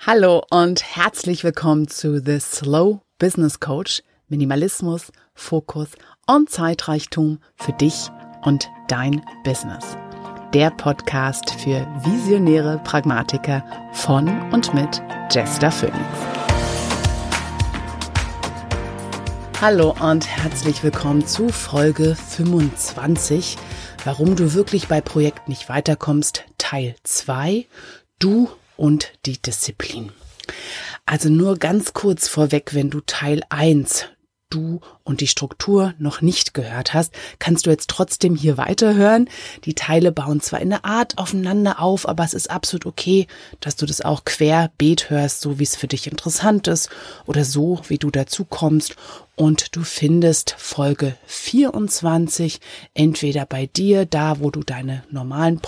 Hallo und herzlich willkommen zu The Slow Business Coach. Minimalismus, Fokus und Zeitreichtum für dich und dein Business. Der Podcast für visionäre Pragmatiker von und mit Jester Phoenix. Hallo und herzlich willkommen zu Folge 25. Warum du wirklich bei Projekten nicht weiterkommst, Teil 2. Du und die Disziplin. Also nur ganz kurz vorweg, wenn du Teil 1, du und die Struktur noch nicht gehört hast, kannst du jetzt trotzdem hier weiterhören. Die Teile bauen zwar in einer Art aufeinander auf, aber es ist absolut okay, dass du das auch querbeet hörst, so wie es für dich interessant ist oder so, wie du dazu kommst. Und du findest Folge 24 entweder bei dir, da wo du deine normalen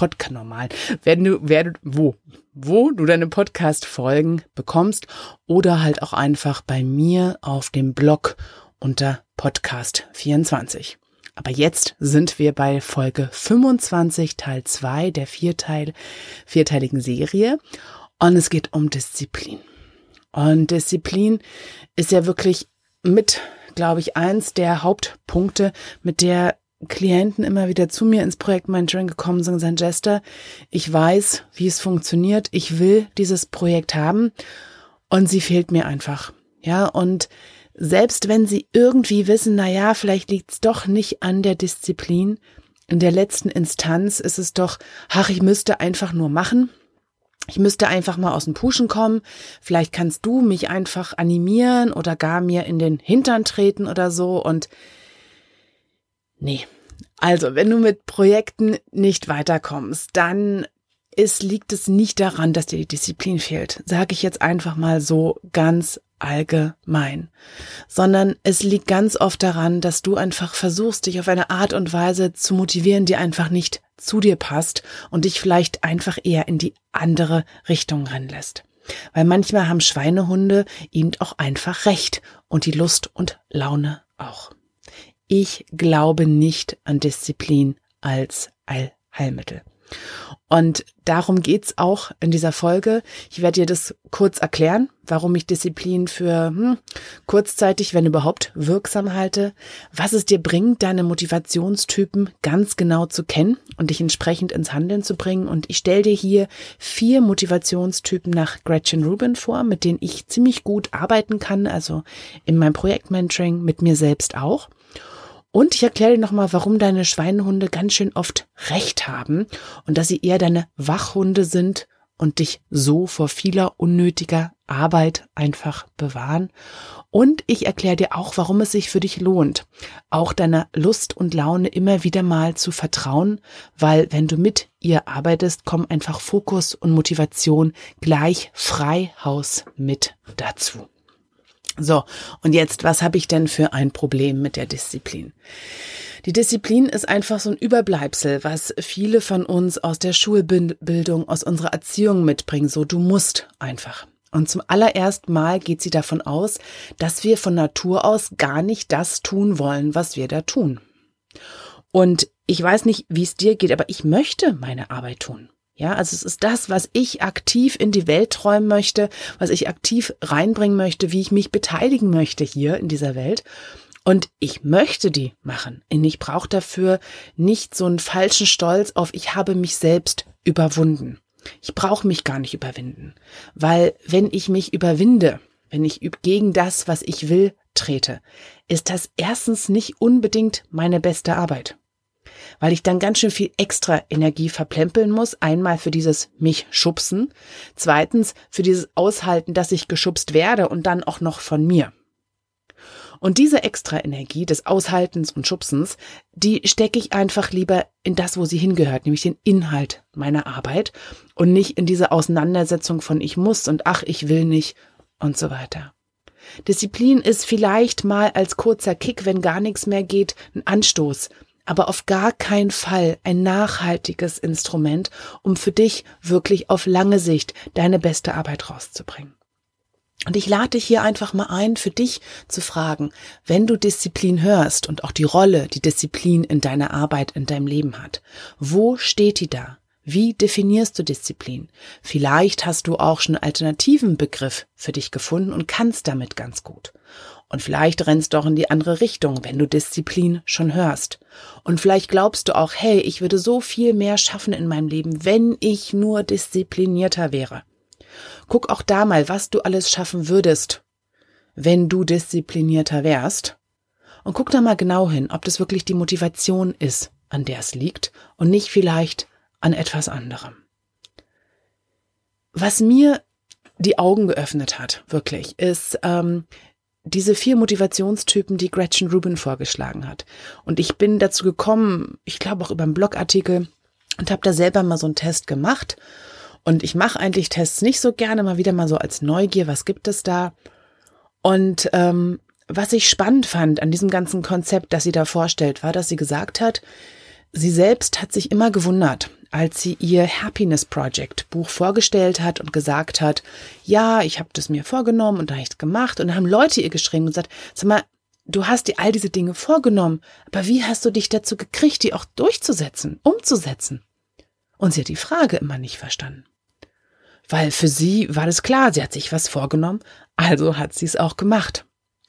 wo du deine Podcast-Folgen bekommst oder halt auch einfach bei mir auf dem Blog unter Podcast 24. Aber jetzt sind wir bei Folge 25, Teil 2 der vierteiligen Serie und es geht um Disziplin. Und Disziplin ist ja wirklich mit, glaube ich, eins der Hauptpunkte, mit der Klienten immer wieder zu mir ins Projektmentoring gekommen sind und sagen, Jester, ich weiß, wie es funktioniert, ich will dieses Projekt haben und sie fehlt mir einfach. Ja, und selbst wenn sie irgendwie wissen, vielleicht liegt es doch nicht an der Disziplin, in der letzten Instanz ist es doch, ich müsste einfach nur machen. Ich müsste einfach mal aus dem Pushen kommen. Vielleicht kannst du mich einfach animieren oder gar mir in den Hintern treten oder so. Und nee, also wenn du mit Projekten nicht weiterkommst, dann liegt es nicht daran, dass dir die Disziplin fehlt. Sage ich jetzt einfach mal so ganz allgemein. Sondern es liegt ganz oft daran, dass du einfach versuchst, dich auf eine Art und Weise zu motivieren, die einfach nicht zu dir passt und dich vielleicht einfach eher in die andere Richtung rennen lässt. Weil manchmal haben Schweinehunde eben auch einfach recht und die Lust und Laune auch. Ich glaube nicht an Disziplin als Allheilmittel. Und darum geht's auch in dieser Folge. Ich werde dir das kurz erklären, warum ich Disziplin für kurzzeitig, wenn überhaupt, wirksam halte, was es dir bringt, deine Motivationstypen ganz genau zu kennen und dich entsprechend ins Handeln zu bringen. Und ich stelle dir hier 4 Motivationstypen nach Gretchen Rubin vor, mit denen ich ziemlich gut arbeiten kann, also in meinem Projektmentoring mit mir selbst auch. Und ich erkläre dir nochmal, warum deine Schweinehunde ganz schön oft recht haben und dass sie eher deine Wachhunde sind und dich so vor vieler unnötiger Arbeit einfach bewahren. Und ich erkläre dir auch, warum es sich für dich lohnt, auch deiner Lust und Laune immer wieder mal zu vertrauen, weil wenn du mit ihr arbeitest, kommen einfach Fokus und Motivation gleich frei Haus mit dazu. So, und jetzt, was habe ich denn für ein Problem mit der Disziplin? Die Disziplin ist einfach so ein Überbleibsel, was viele von uns aus der Schulbildung, aus unserer Erziehung mitbringen. So, du musst einfach. Und zum allerersten Mal geht sie davon aus, dass wir von Natur aus gar nicht das tun wollen, was wir da tun. Und ich weiß nicht, wie es dir geht, aber ich möchte meine Arbeit tun. Ja, also es ist das, was ich aktiv in die Welt träumen möchte, was ich aktiv reinbringen möchte, wie ich mich beteiligen möchte hier in dieser Welt. Und ich möchte die machen. Und ich brauche dafür nicht so einen falschen Stolz auf, ich habe mich selbst überwunden. Ich brauche mich gar nicht überwinden. Weil wenn ich mich überwinde, wenn ich gegen das, was ich will, trete, ist das erstens nicht unbedingt meine beste Arbeit. Weil ich dann ganz schön viel extra Energie verplempeln muss. Einmal für dieses mich schubsen, zweitens für dieses Aushalten, dass ich geschubst werde und dann auch noch von mir. Und diese extra Energie des Aushaltens und Schubsens, die stecke ich einfach lieber in das, wo sie hingehört, nämlich den Inhalt meiner Arbeit und nicht in diese Auseinandersetzung von ich muss und ich will nicht und so weiter. Disziplin ist vielleicht mal als kurzer Kick, wenn gar nichts mehr geht, ein Anstoß, aber auf gar keinen Fall ein nachhaltiges Instrument, um für dich wirklich auf lange Sicht deine beste Arbeit rauszubringen. Und ich lade dich hier einfach mal ein, für dich zu fragen, wenn du Disziplin hörst und auch die Rolle, die Disziplin in deiner Arbeit, in deinem Leben hat, wo steht die da? Wie definierst du Disziplin? Vielleicht hast du auch schon einen alternativen Begriff für dich gefunden und kannst damit ganz gut. Und vielleicht rennst du auch in die andere Richtung, wenn du Disziplin schon hörst. Und vielleicht glaubst du auch, hey, ich würde so viel mehr schaffen in meinem Leben, wenn ich nur disziplinierter wäre. Guck auch da mal, was du alles schaffen würdest, wenn du disziplinierter wärst. Und guck da mal genau hin, ob das wirklich die Motivation ist, an der es liegt und nicht vielleicht an etwas anderem. Was mir die Augen geöffnet hat, wirklich, ist diese 4 Motivationstypen, die Gretchen Rubin vorgeschlagen hat. Und ich bin dazu gekommen, ich glaube auch über einen Blogartikel, und habe da selber mal so einen Test gemacht. Und ich mache eigentlich Tests nicht so gerne, mal wieder mal so als Neugier, was gibt es da? Und was ich spannend fand an diesem ganzen Konzept, das sie da vorstellt, war, dass sie gesagt hat, sie selbst hat sich immer gewundert, als sie ihr Happiness Project Buch vorgestellt hat und gesagt hat, ja, ich habe das mir vorgenommen und da habe ich es gemacht. Und dann haben Leute ihr geschrieben und gesagt, sag mal, du hast dir all diese Dinge vorgenommen, aber wie hast du dich dazu gekriegt, die auch durchzusetzen, umzusetzen? Und sie hat die Frage immer nicht verstanden. Weil für sie war das klar, sie hat sich was vorgenommen, also hat sie es auch gemacht.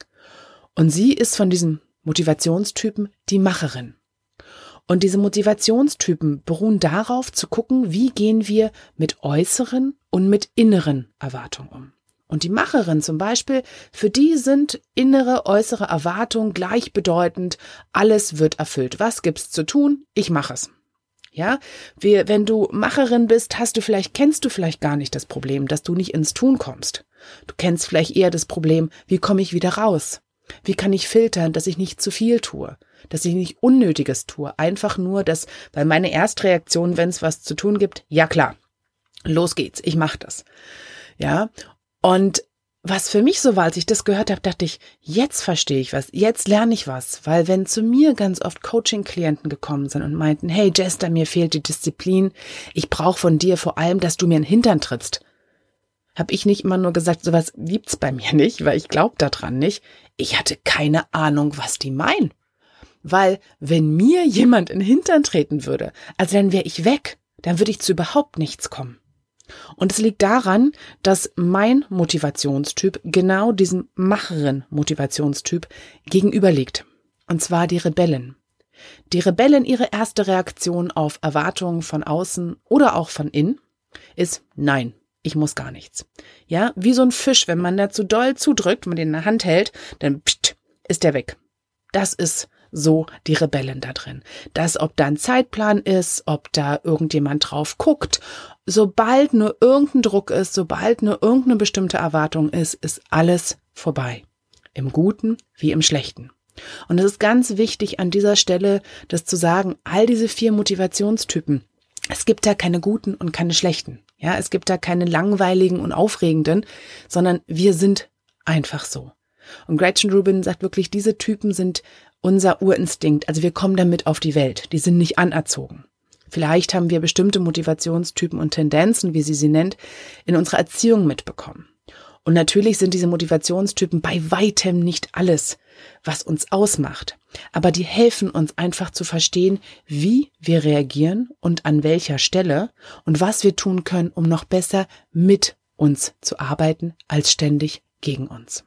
Und sie ist von diesem Motivationstypen die Macherin. Und diese Motivationstypen beruhen darauf, zu gucken, wie gehen wir mit äußeren und mit inneren Erwartungen um. Und die Macherin zum Beispiel, für die sind innere, äußere Erwartungen gleichbedeutend, alles wird erfüllt. Was gibt's zu tun? Ich mache es. Ja, wenn du Macherin bist, kennst du vielleicht gar nicht das Problem, dass du nicht ins Tun kommst. Du kennst vielleicht eher das Problem, wie komme ich wieder raus? Wie kann ich filtern, dass ich nicht zu viel tue? Dass ich nicht Unnötiges tue? Einfach nur, weil meine Erstreaktion, wenn es was zu tun gibt, ja klar, los geht's, ich mache das. Ja, und was für mich so war, als ich das gehört habe, dachte ich, jetzt verstehe ich was, jetzt lerne ich was. Weil wenn zu mir ganz oft Coaching-Klienten gekommen sind und meinten, hey Jester, mir fehlt die Disziplin, ich brauche von dir vor allem, dass du mir in den Hintern trittst, habe ich nicht immer nur gesagt, sowas gibt's bei mir nicht, weil ich glaube daran nicht. Ich hatte keine Ahnung, was die meinen. Weil wenn mir jemand in den Hintern treten würde, also dann wäre ich weg, dann würde ich zu überhaupt nichts kommen. Und es liegt daran, dass mein Motivationstyp genau diesem Macherin-Motivationstyp gegenüberliegt. Und zwar die Rebellen. Die Rebellen, ihre erste Reaktion auf Erwartungen von außen oder auch von innen ist nein. Ich muss gar nichts. Ja, wie so ein Fisch, wenn man da zu doll zudrückt, man den in der Hand hält, dann ist der weg. Das ist so die Rebellen da drin. Das, ob da ein Zeitplan ist, ob da irgendjemand drauf guckt, sobald nur irgendein Druck ist, sobald nur irgendeine bestimmte Erwartung ist alles vorbei. Im Guten wie im Schlechten. Und es ist ganz wichtig an dieser Stelle, das zu sagen, all diese 4 Motivationstypen, es gibt da keine guten und keine schlechten. Ja, es gibt da keine langweiligen und aufregenden, sondern wir sind einfach so. Und Gretchen Rubin sagt wirklich, diese Typen sind unser Urinstinkt. Also wir kommen damit auf die Welt. Die sind nicht anerzogen. Vielleicht haben wir bestimmte Motivationstypen und Tendenzen, wie sie nennt, in unserer Erziehung mitbekommen. Und natürlich sind diese Motivationstypen bei weitem nicht alles, was uns ausmacht. Aber die helfen uns einfach zu verstehen, wie wir reagieren und an welcher Stelle und was wir tun können, um noch besser mit uns zu arbeiten, als ständig gegen uns.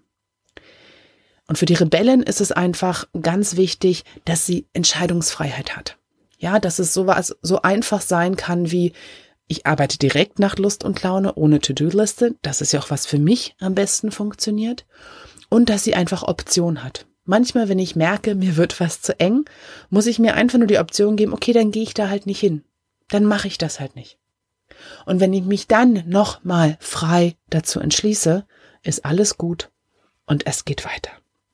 Und für die Rebellen ist es einfach ganz wichtig, dass sie Entscheidungsfreiheit hat. Ja, dass es sowas so einfach sein kann wie, ich arbeite direkt nach Lust und Laune, ohne To-Do-Liste. Das ist ja auch, was für mich am besten funktioniert. Und dass sie einfach Option hat. Manchmal, wenn ich merke, mir wird was zu eng, muss ich mir einfach nur die Option geben, okay, dann gehe ich da halt nicht hin. Dann mache ich das halt nicht. Und wenn ich mich dann nochmal frei dazu entschließe, ist alles gut und es geht weiter.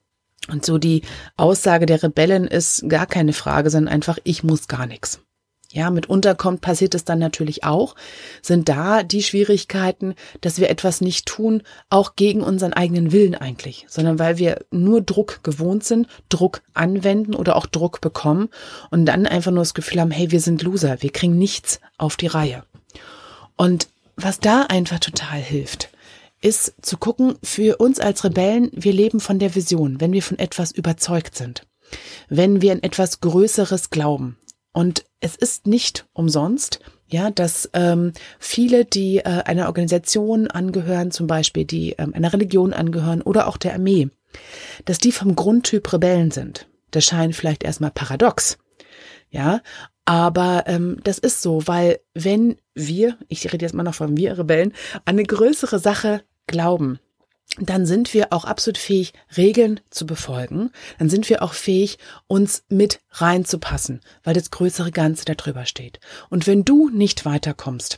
Und so die Aussage der Rebellen ist gar keine Frage, sondern einfach, ich muss gar nichts. Ja, mitunter passiert es dann natürlich auch, sind da die Schwierigkeiten, dass wir etwas nicht tun, auch gegen unseren eigenen Willen eigentlich, sondern weil wir nur Druck gewohnt sind, Druck anwenden oder auch Druck bekommen und dann einfach nur das Gefühl haben, hey, wir sind Loser, wir kriegen nichts auf die Reihe. Und was da einfach total hilft, ist zu gucken, für uns als Rebellen, wir leben von der Vision, wenn wir von etwas überzeugt sind, wenn wir an etwas Größeres glauben. Und es ist nicht umsonst, Ja, dass viele, die einer Organisation angehören, zum Beispiel die einer Religion angehören oder auch der Armee, dass die vom Grundtyp Rebellen sind. Das scheint vielleicht erstmal paradox, ja, aber das ist so, weil wenn wir, ich rede jetzt mal noch von wir Rebellen, an eine größere Sache glauben, dann sind wir auch absolut fähig, Regeln zu befolgen. Dann sind wir auch fähig, uns mit reinzupassen, weil das größere Ganze da drüber steht. Und wenn du nicht weiterkommst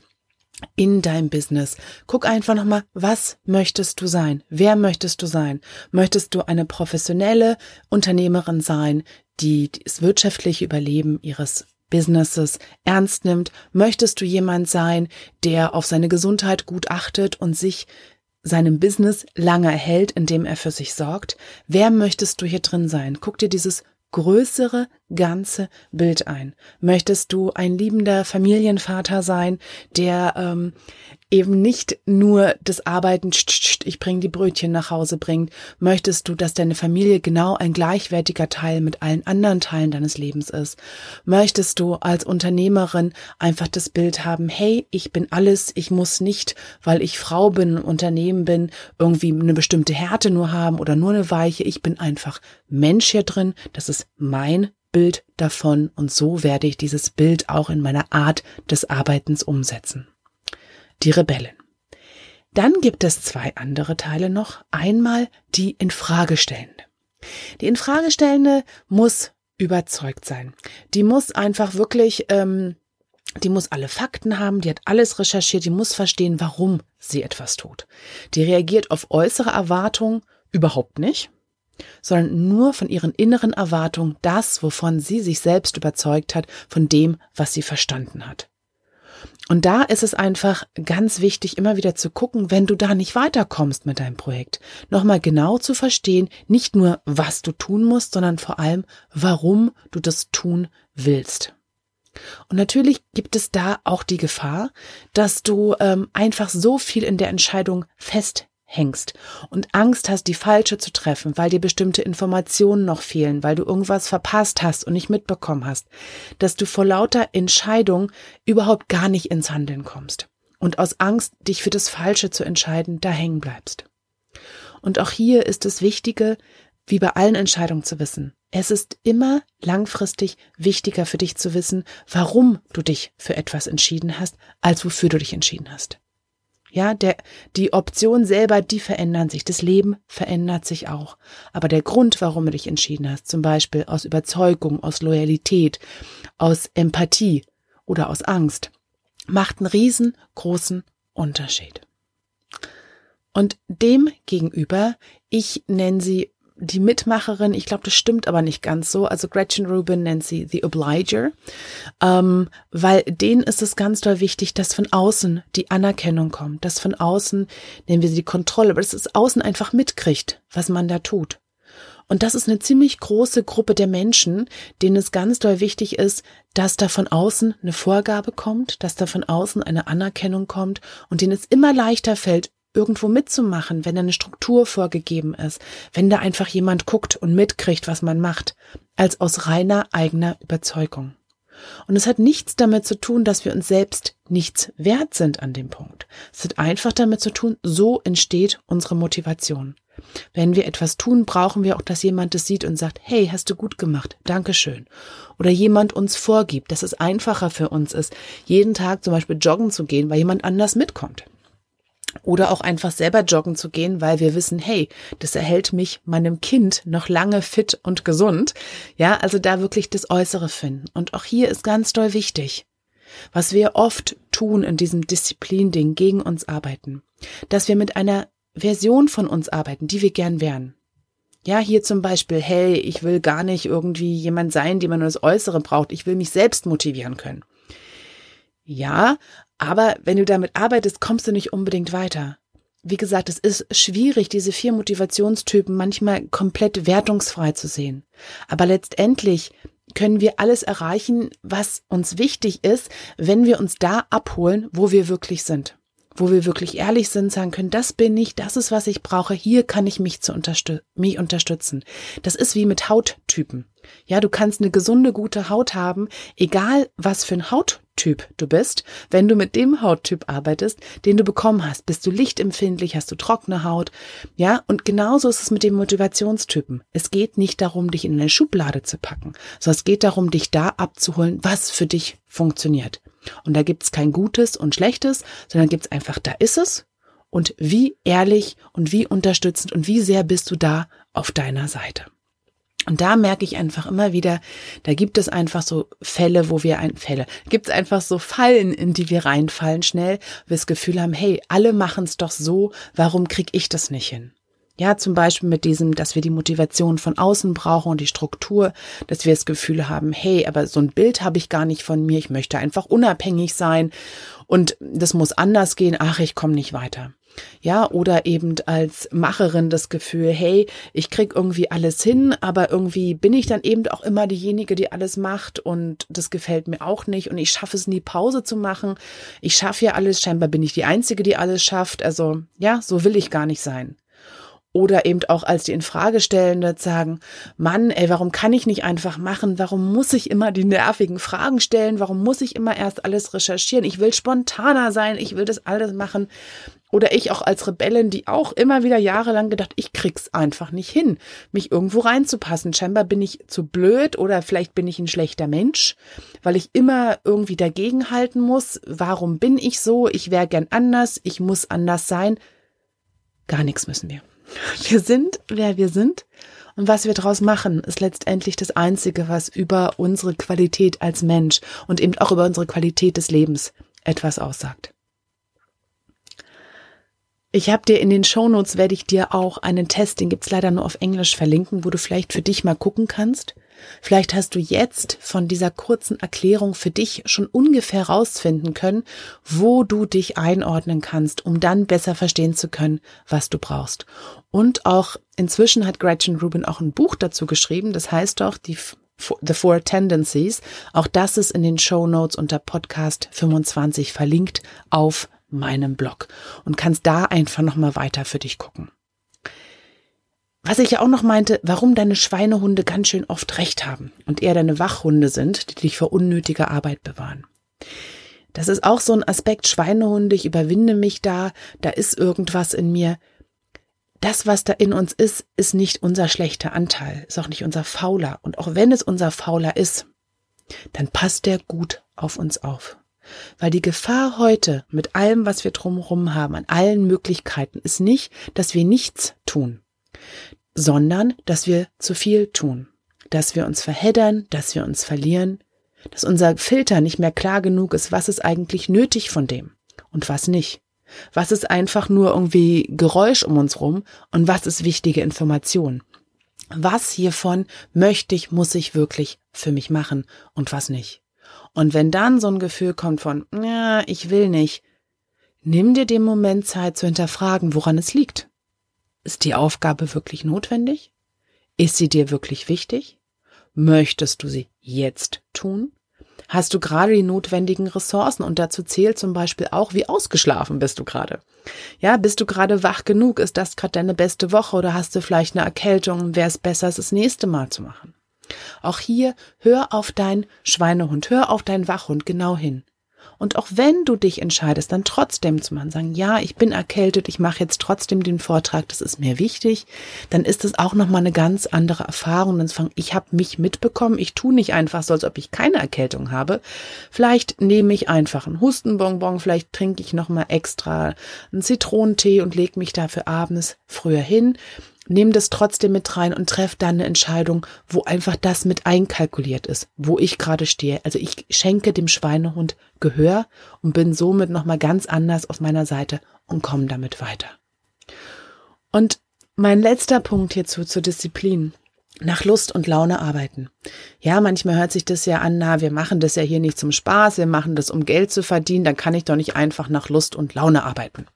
in deinem Business, guck einfach nochmal, was möchtest du sein? Wer möchtest du sein? Möchtest du eine professionelle Unternehmerin sein, die das wirtschaftliche Überleben ihres Businesses ernst nimmt? Möchtest du jemand sein, der auf seine Gesundheit gut achtet und sich seinem Business lange erhält, indem er für sich sorgt? Wer möchtest du hier drin sein? Guck dir dieses größere ganze Bild ein. Möchtest du ein liebender Familienvater sein, der eben nicht nur das Arbeiten, ich bringe die Brötchen nach Hause bringt? Möchtest du, dass deine Familie genau ein gleichwertiger Teil mit allen anderen Teilen deines Lebens ist? Möchtest du als Unternehmerin einfach das Bild haben, hey, ich bin alles, ich muss nicht, weil ich Frau bin, Unternehmen bin, irgendwie eine bestimmte Härte nur haben oder nur eine weiche, ich bin einfach Mensch hier drin, das ist mein Bild davon und so werde ich dieses Bild auch in meiner Art des Arbeitens umsetzen. Die Rebellen. Dann gibt es zwei andere Teile noch. Einmal die Infragestellende. Die Infragestellende muss überzeugt sein. Die muss einfach wirklich, die muss alle Fakten haben, die hat alles recherchiert, die muss verstehen, warum sie etwas tut. Die reagiert auf äußere Erwartungen überhaupt nicht, sondern nur von ihren inneren Erwartungen, das, wovon sie sich selbst überzeugt hat, von dem, was sie verstanden hat. Und da ist es einfach ganz wichtig, immer wieder zu gucken, wenn du da nicht weiterkommst mit deinem Projekt, nochmal genau zu verstehen, nicht nur, was du tun musst, sondern vor allem, warum du das tun willst. Und natürlich gibt es da auch die Gefahr, dass du einfach so viel in der Entscheidung festhängst und Angst hast, die falsche zu treffen, weil dir bestimmte Informationen noch fehlen, weil du irgendwas verpasst hast und nicht mitbekommen hast, dass du vor lauter Entscheidung überhaupt gar nicht ins Handeln kommst und aus Angst, dich für das Falsche zu entscheiden, da hängen bleibst. Und auch hier ist es Wichtige, wie bei allen Entscheidungen zu wissen, es ist immer langfristig wichtiger für dich zu wissen, warum du dich für etwas entschieden hast, als wofür du dich entschieden hast. Ja, die Optionen selber, die verändern sich. Das Leben verändert sich auch. Aber der Grund, warum du dich entschieden hast, zum Beispiel aus Überzeugung, aus Loyalität, aus Empathie oder aus Angst, macht einen riesengroßen Unterschied. Und dem gegenüber, ich nenne sie die Mitmacherin, ich glaube, das stimmt aber nicht ganz so. Also Gretchen Rubin nennt sie The Obliger, weil denen ist es ganz doll wichtig, dass von außen die Anerkennung kommt, dass von außen, nennen wir sie die Kontrolle, aber dass es außen einfach mitkriegt, was man da tut. Und das ist eine ziemlich große Gruppe der Menschen, denen es ganz doll wichtig ist, dass da von außen eine Vorgabe kommt, dass da von außen eine Anerkennung kommt und denen es immer leichter fällt, irgendwo mitzumachen, wenn da eine Struktur vorgegeben ist, wenn da einfach jemand guckt und mitkriegt, was man macht, als aus reiner eigener Überzeugung. Und es hat nichts damit zu tun, dass wir uns selbst nichts wert sind an dem Punkt. Es hat einfach damit zu tun, so entsteht unsere Motivation. Wenn wir etwas tun, brauchen wir auch, dass jemand es sieht und sagt, hey, hast du gut gemacht, Dankeschön. Oder jemand uns vorgibt, dass es einfacher für uns ist, jeden Tag zum Beispiel joggen zu gehen, weil jemand anders mitkommt. Oder auch einfach selber joggen zu gehen, weil wir wissen, hey, das erhält mich meinem Kind noch lange fit und gesund. Ja, also da wirklich das Äußere finden. Und auch hier ist ganz doll wichtig, was wir oft tun in diesem Disziplin-Ding, gegen uns arbeiten, dass wir mit einer Version von uns arbeiten, die wir gern wären. Ja, hier zum Beispiel, hey, ich will gar nicht irgendwie jemand sein, dem man nur das Äußere braucht. Ich will mich selbst motivieren können. Ja, aber wenn du damit arbeitest, kommst du nicht unbedingt weiter. Wie gesagt, es ist schwierig, diese 4 Motivationstypen manchmal komplett wertungsfrei zu sehen. Aber letztendlich können wir alles erreichen, was uns wichtig ist, wenn wir uns da abholen, wo wir wirklich sind. Wo wir wirklich ehrlich sind, sagen können, das bin ich, das ist, was ich brauche, hier kann ich mich unterstützen. Das ist wie mit Hauttypen. Ja, du kannst eine gesunde, gute Haut haben, egal was für ein Hauttyp Hauttyp du bist. Wenn du mit dem Hauttyp arbeitest, den du bekommen hast, bist du lichtempfindlich, hast du trockene Haut, ja, und genauso ist es mit den Motivationstypen. Es geht nicht darum, dich in eine Schublade zu packen, sondern es geht darum, dich da abzuholen, was für dich funktioniert. Und da gibt's kein Gutes und Schlechtes, sondern gibt's einfach, da ist es. Und wie ehrlich und wie unterstützend und wie sehr bist du da auf deiner Seite. Und da merke ich einfach immer wieder, da gibt es einfach so Fallen, in die wir reinfallen schnell, wir das Gefühl haben, hey, alle machen es doch so, warum kriege ich das nicht hin? Ja, zum Beispiel mit diesem, dass wir die Motivation von außen brauchen und die Struktur, dass wir das Gefühl haben, hey, aber so ein Bild habe ich gar nicht von mir, ich möchte einfach unabhängig sein und das muss anders gehen, ach, ich komme nicht weiter. Ja, oder eben als Macherin das Gefühl, hey, ich krieg irgendwie alles hin, aber irgendwie bin ich dann eben auch immer diejenige, die alles macht und das gefällt mir auch nicht und ich schaffe es nie, Pause zu machen. Ich schaffe ja alles, scheinbar bin ich die Einzige, die alles schafft, also ja, so will ich gar nicht sein. Oder eben auch als die Infragestellende sagen, Mann, ey, warum kann ich nicht einfach machen? Warum muss ich immer die nervigen Fragen stellen? Warum muss ich immer erst alles recherchieren? Ich will spontaner sein, ich will das alles machen. Oder ich auch als Rebellin, die auch immer wieder jahrelang gedacht, ich krieg's einfach nicht hin, mich irgendwo reinzupassen. Scheinbar bin ich zu blöd oder vielleicht bin ich ein schlechter Mensch, weil ich immer irgendwie dagegenhalten muss. Warum bin ich so? Ich wäre gern anders, ich muss anders sein. Gar nichts müssen wir. Wir sind, wer wir sind und was wir daraus machen, ist letztendlich das Einzige, was über unsere Qualität als Mensch und eben auch über unsere Qualität des Lebens etwas aussagt. Ich habe dir in den Shownotes, werde ich dir auch einen Test, den gibt's leider nur auf Englisch, verlinken, wo du vielleicht für dich mal gucken kannst. Vielleicht hast du jetzt von dieser kurzen Erklärung für dich schon ungefähr rausfinden können, wo du dich einordnen kannst, um dann besser verstehen zu können, was du brauchst. Und auch inzwischen hat Gretchen Rubin auch ein Buch dazu geschrieben, das heißt doch The 4 Tendencies. Auch das ist in den Shownotes unter Podcast 25 verlinkt auf meinem Blog und kannst da einfach nochmal weiter für dich gucken. Was ich ja auch noch meinte, warum deine Schweinehunde ganz schön oft recht haben und eher deine Wachhunde sind, die dich vor unnötiger Arbeit bewahren. Das ist auch so ein Aspekt, Schweinehunde, ich überwinde mich da ist irgendwas in mir. Das, was da in uns ist nicht unser schlechter Anteil, ist auch nicht unser fauler. Und auch wenn es unser fauler ist, dann passt der gut auf uns auf. Weil die Gefahr heute mit allem, was wir drumherum haben, an allen Möglichkeiten, ist nicht, dass wir nichts tun, sondern dass wir zu viel tun, dass wir uns verheddern, dass wir uns verlieren, dass unser Filter nicht mehr klar genug ist, was ist eigentlich nötig von dem und was nicht. Was ist einfach nur irgendwie Geräusch um uns rum und was ist wichtige Information? Was hiervon möchte ich, muss ich wirklich für mich machen und was nicht? Und wenn dann so ein Gefühl kommt von, ja, ich will nicht, nimm dir den Moment Zeit zu hinterfragen, woran es liegt. Ist die Aufgabe wirklich notwendig? Ist sie dir wirklich wichtig? Möchtest du sie jetzt tun? Hast du gerade die notwendigen Ressourcen? Und dazu zählt zum Beispiel auch, wie ausgeschlafen bist du gerade? Ja, bist du gerade wach genug? Ist das gerade deine beste Woche oder hast du vielleicht eine Erkältung? Wäre es besser, es das nächste Mal zu machen? Auch hier, hör auf deinen Schweinehund, hör auf deinen Wachhund genau hin. Und auch wenn du dich entscheidest, dann trotzdem zu machen, sagen, ja, ich bin erkältet, ich mache jetzt trotzdem den Vortrag, das ist mir wichtig, dann ist es auch nochmal eine ganz andere Erfahrung. Ich habe mich mitbekommen, ich tue nicht einfach so, als ob ich keine Erkältung habe. Vielleicht nehme ich einfach einen Hustenbonbon, vielleicht trinke ich nochmal extra einen Zitronentee und lege mich dafür abends früher hin. Nimm das trotzdem mit rein und treff dann eine Entscheidung, wo einfach das mit einkalkuliert ist, wo ich gerade stehe. Also ich schenke dem Schweinehund Gehör und bin somit nochmal ganz anders auf meiner Seite und komme damit weiter. Und mein letzter Punkt hierzu zur Disziplin. Nach Lust und Laune arbeiten. Ja, manchmal hört sich das ja an, wir machen das ja hier nicht zum Spaß, wir machen das, um Geld zu verdienen, dann kann ich doch nicht einfach nach Lust und Laune arbeiten.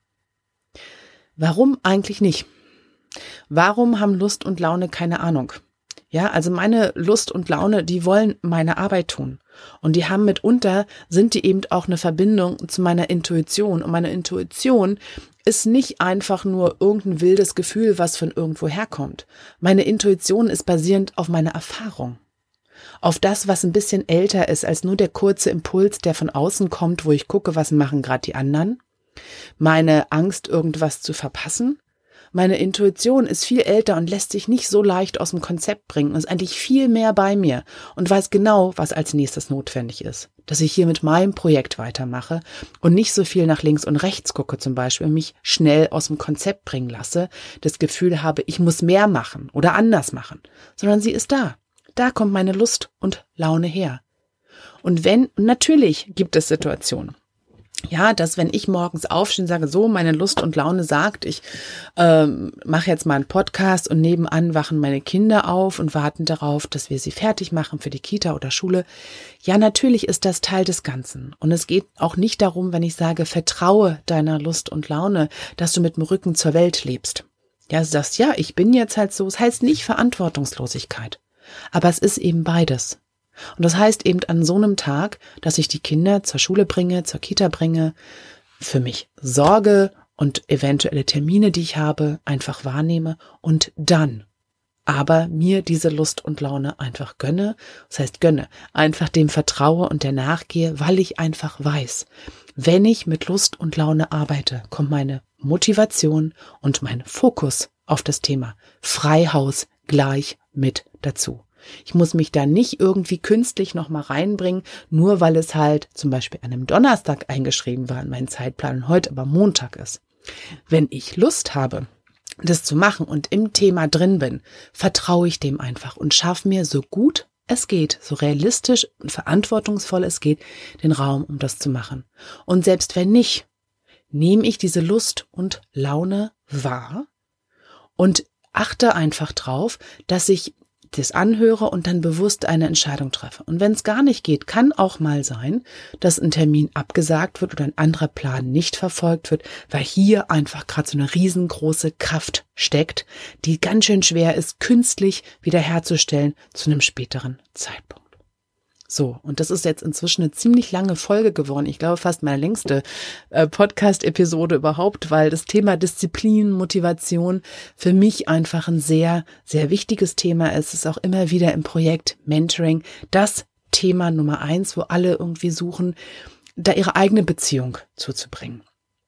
Warum eigentlich nicht? Warum haben Lust und Laune keine Ahnung? Ja, also meine Lust und Laune, die wollen meine Arbeit tun. Und die haben sind die eben auch eine Verbindung zu meiner Intuition. Und meine Intuition ist nicht einfach nur irgendein wildes Gefühl, was von irgendwo herkommt. Meine Intuition ist basierend auf meiner Erfahrung. auf das, was ein bisschen älter ist als nur der kurze Impuls, der von außen kommt, wo ich gucke, was machen gerade die anderen, meine Angst, irgendwas zu verpassen. Meine Intuition ist viel älter und lässt sich nicht so leicht aus dem Konzept bringen und ist eigentlich viel mehr bei mir und weiß genau, was als nächstes notwendig ist. Dass ich hier mit meinem Projekt weitermache und nicht so viel nach links und rechts gucke zum Beispiel und mich schnell aus dem Konzept bringen lasse, das Gefühl habe, ich muss mehr machen oder anders machen, sondern sie ist da. Da kommt meine Lust und Laune her. Und natürlich gibt es Situationen, ja, dass wenn ich morgens aufstehe und sage, so, meine Lust und Laune sagt, ich mache jetzt mal einen Podcast und nebenan wachen meine Kinder auf und warten darauf, dass wir sie fertig machen für die Kita oder Schule. Ja, natürlich ist das Teil des Ganzen. Und es geht auch nicht darum, wenn ich sage, vertraue deiner Lust und Laune, dass du mit dem Rücken zur Welt lebst. Ja, du sagst, ja, ich bin jetzt halt so. Es heißt nicht Verantwortungslosigkeit. Aber es ist eben beides. Und das heißt eben an so einem Tag, dass ich die Kinder zur Schule bringe, zur Kita bringe, für mich sorge und eventuelle Termine, die ich habe, einfach wahrnehme und dann aber mir diese Lust und Laune einfach gönne. Das heißt gönne, einfach dem vertraue und der nachgehe, weil ich einfach weiß, wenn ich mit Lust und Laune arbeite, kommt meine Motivation und mein Fokus auf das Thema Freihaus gleich mit dazu. Ich muss mich da nicht irgendwie künstlich nochmal reinbringen, nur weil es halt zum Beispiel an einem Donnerstag eingeschrieben war in meinen Zeitplan und heute aber Montag ist. Wenn ich Lust habe, das zu machen und im Thema drin bin, vertraue ich dem einfach und schaffe mir so gut es geht, so realistisch und verantwortungsvoll es geht, den Raum, um das zu machen. Und selbst wenn nicht, nehme ich diese Lust und Laune wahr und achte einfach drauf, dass ich das anhöre und dann bewusst eine Entscheidung treffe. Und wenn es gar nicht geht, kann auch mal sein, dass ein Termin abgesagt wird oder ein anderer Plan nicht verfolgt wird, weil hier einfach gerade so eine riesengroße Kraft steckt, die ganz schön schwer ist, künstlich wiederherzustellen zu einem späteren Zeitpunkt. So, und das ist jetzt inzwischen eine ziemlich lange Folge geworden. Ich glaube, fast meine längste Podcast-Episode überhaupt, weil das Thema Disziplin, Motivation für mich einfach ein sehr, sehr wichtiges Thema ist. Es ist auch immer wieder im Projekt Mentoring das Thema Nummer 1, wo alle irgendwie suchen, da ihre eigene Beziehung zuzubringen.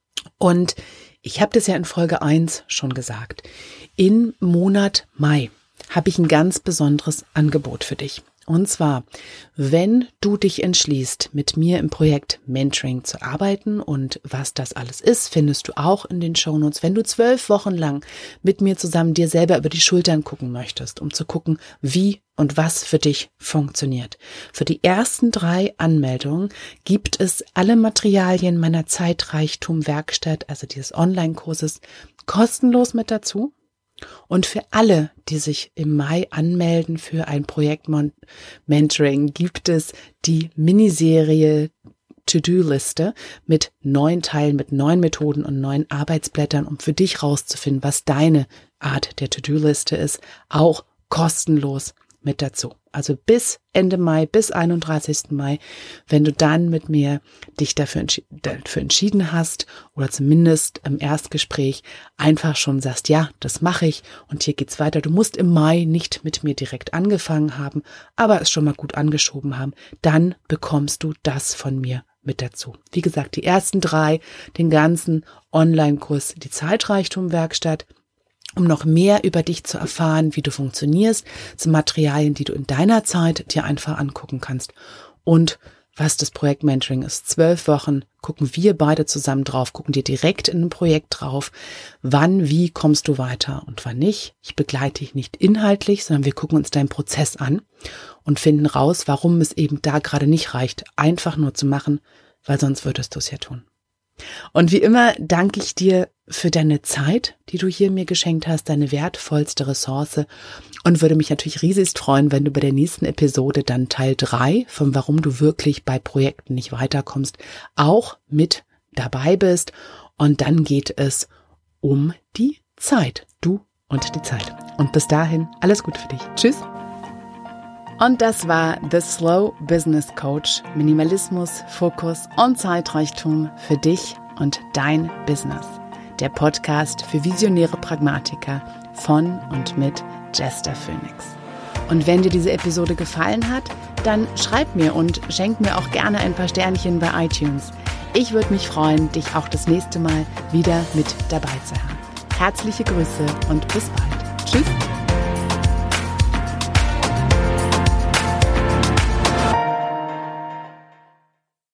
Und ich habe das ja in Folge 1 schon gesagt. Im Monat Mai habe ich ein ganz besonderes Angebot für dich. Und zwar, wenn du dich entschließt, mit mir im Projekt Mentoring zu arbeiten und was das alles ist, findest du auch in den Shownotes. Wenn du 12 Wochen lang mit mir zusammen dir selber über die Schultern gucken möchtest, um zu gucken, wie und was für dich funktioniert. Für die ersten 3 Anmeldungen gibt es alle Materialien meiner Zeitreichtum-Werkstatt, also dieses Online-Kurses, kostenlos mit dazu. Und für alle, die sich im Mai anmelden für ein Projekt Mentoring, gibt es die Miniserie To-Do-Liste mit 9 Teilen, mit 9 Methoden und 9 Arbeitsblättern, um für dich rauszufinden, was deine Art der To-Do-Liste ist, auch kostenlos mit dazu. Also bis Ende Mai, bis 31. Mai, wenn du dann mit mir dich dafür entschieden hast oder zumindest im Erstgespräch einfach schon sagst, ja, das mache ich und hier geht's weiter. Du musst im Mai nicht mit mir direkt angefangen haben, aber es schon mal gut angeschoben haben, dann bekommst du das von mir mit dazu. Wie gesagt, die ersten 3, den ganzen Online-Kurs, die Zeitreichtum-Werkstatt, um noch mehr über dich zu erfahren, wie du funktionierst, zu Materialien, die du in deiner Zeit dir einfach angucken kannst und was das Projekt Mentoring ist. 12 Wochen gucken wir beide zusammen drauf, gucken dir direkt in ein Projekt drauf, wann, wie kommst du weiter und wann nicht. Ich begleite dich nicht inhaltlich, sondern wir gucken uns deinen Prozess an und finden raus, warum es eben da gerade nicht reicht, einfach nur zu machen, weil sonst würdest du es ja tun. Und wie immer danke ich dir für deine Zeit, die du hier mir geschenkt hast, deine wertvollste Ressource und würde mich natürlich riesigst freuen, wenn du bei der nächsten Episode dann Teil 3 von warum du wirklich bei Projekten nicht weiterkommst, auch mit dabei bist und dann geht es um die Zeit, du und die Zeit. Und bis dahin, alles Gute für dich. Tschüss. Und das war The Slow Business Coach. Minimalismus, Fokus und Zeitreichtum für dich und dein Business. Der Podcast für visionäre Pragmatiker von und mit Jester Phoenix. Und wenn dir diese Episode gefallen hat, dann schreib mir und schenk mir auch gerne ein paar Sternchen bei iTunes. Ich würde mich freuen, dich auch das nächste Mal wieder mit dabei zu haben. Herzliche Grüße und bis bald. Tschüss.